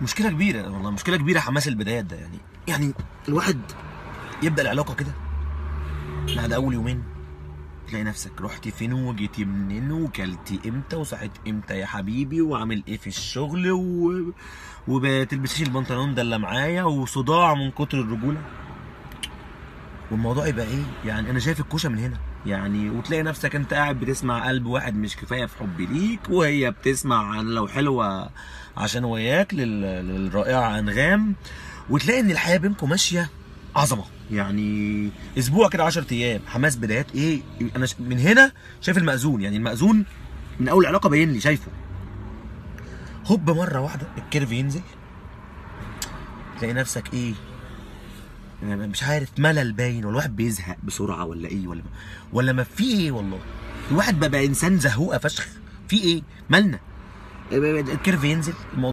مشكله كبيره والله، مشكله كبيره حماس البدايات ده. يعني الواحد يبدا العلاقه كده، بعد اول يومين تلاقي نفسك رحت فين وجيتي منين وكلتي امتى وصحيت امتى يا حبيبي وعامل ايه في الشغل وبتلبسيش البنطلون ده اللي معايا، وصداع من كتر الرجوله. والموضوع يبقى ايه؟ يعني انا شايف الكوشه من هنا يعني. وتلاقي نفسك انت قاعد بتسمع قلب واحد مش كفايه في حبي ليك، وهي بتسمع لو حلوه عشان وياك للرائعه انغام. وتلاقي ان الحياه بينكم ماشيه عظمه يعني. اسبوع كده 10 ايام حماس بدايات ايه. انا من هنا شايف المأذون، يعني المأذون من اول علاقه باين لي شايفه. هوب مره واحده الكيرف ينزل، تلاقي نفسك ايه يعني مش عارف، ملل باين، ولا الواحد بيزهق بسرعه ولا ايه، ولا ما في ايه. والله الواحد بقى انسان زهوقه فشخ. في ايه مالنا؟ الكيرف ينزل، الموضوع